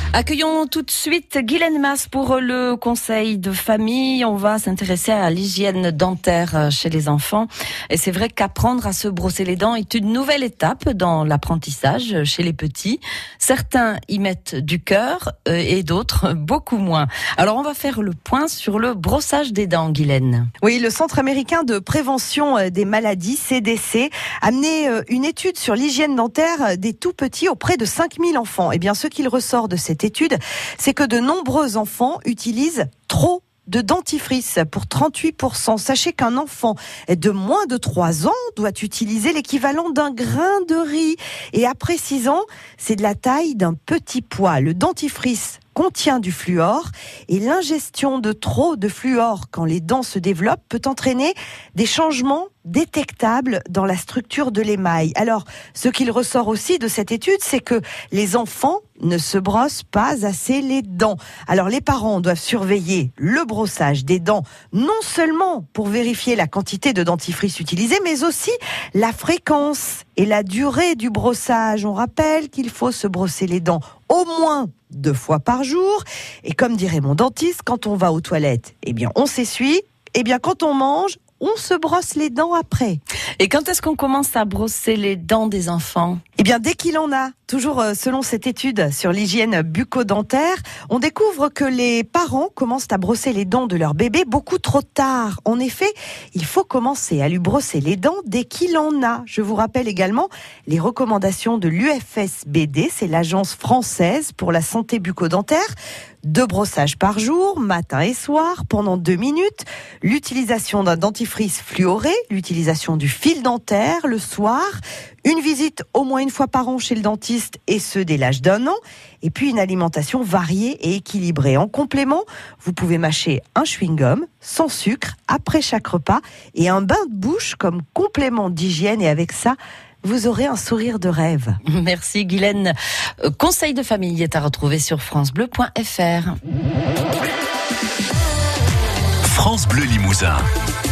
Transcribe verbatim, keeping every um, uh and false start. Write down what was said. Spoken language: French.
Accueillons tout de suite Guylaine Mas pour le conseil de famille. On va s'intéresser à l'hygiène dentaire chez les enfants. Et c'est vrai qu'apprendre à se brosser les dents est une nouvelle étape dans l'apprentissage chez les petits. Certains y mettent du cœur et d'autres beaucoup moins. Alors on va faire le point sur le brossage des dents, Guylaine. Oui, le Centre américain de prévention des maladies, C D C, a mené une étude sur l'hygiène dentaire des tout petits auprès de cinq mille enfants. Eh bien, ce qu'il ressort de cette étude, c'est que de nombreux enfants utilisent trop de dentifrice pour trente-huit pour cent. Sachez qu'un enfant de moins de trois ans doit utiliser l'équivalent d'un grain de riz. Et après six ans, c'est de la taille d'un petit pois. Le dentifrice contient du fluor et l'ingestion de trop de fluor quand les dents se développent peut entraîner des changements détectables dans la structure de l'émail. Alors, ce qu'il ressort aussi de cette étude, c'est que les enfants ne se brossent pas assez les dents. Alors, les parents doivent surveiller le brossage des dents, non seulement pour vérifier la quantité de dentifrice utilisée, mais aussi la fréquence et la durée du brossage. On rappelle qu'il faut se brosser les dents au moins deux fois par jour. Et comme dirait mon dentiste, quand on va aux toilettes, eh bien, on s'essuie. Eh bien, quand on mange, on se brosse les dents après. Et quand est-ce qu'on commence à brosser les dents des enfants ? Eh bien, dès qu'il en a. Toujours selon cette étude sur l'hygiène bucco-dentaire, on découvre que les parents commencent à brosser les dents de leur bébé beaucoup trop tard. En effet, il faut commencer à lui brosser les dents dès qu'il en a. Je vous rappelle également les recommandations de l'U F S B D, c'est l'Agence française pour la santé bucco-dentaire. Deux brossages par jour, matin et soir, pendant deux minutes. L'utilisation d'un dentifrice fluoré, l'utilisation du fil dentaire le soir. Une visite au moins une fois par an chez le dentiste et ce dès l'âge d'un an. Et puis une alimentation variée et équilibrée. En complément, vous pouvez mâcher un chewing-gum sans sucre après chaque repas et un bain de bouche comme complément d'hygiène. Et avec ça, vous aurez un sourire de rêve. Merci Guylaine. Conseil de famille est à retrouver sur francebleu point f r. France Bleu Limousin.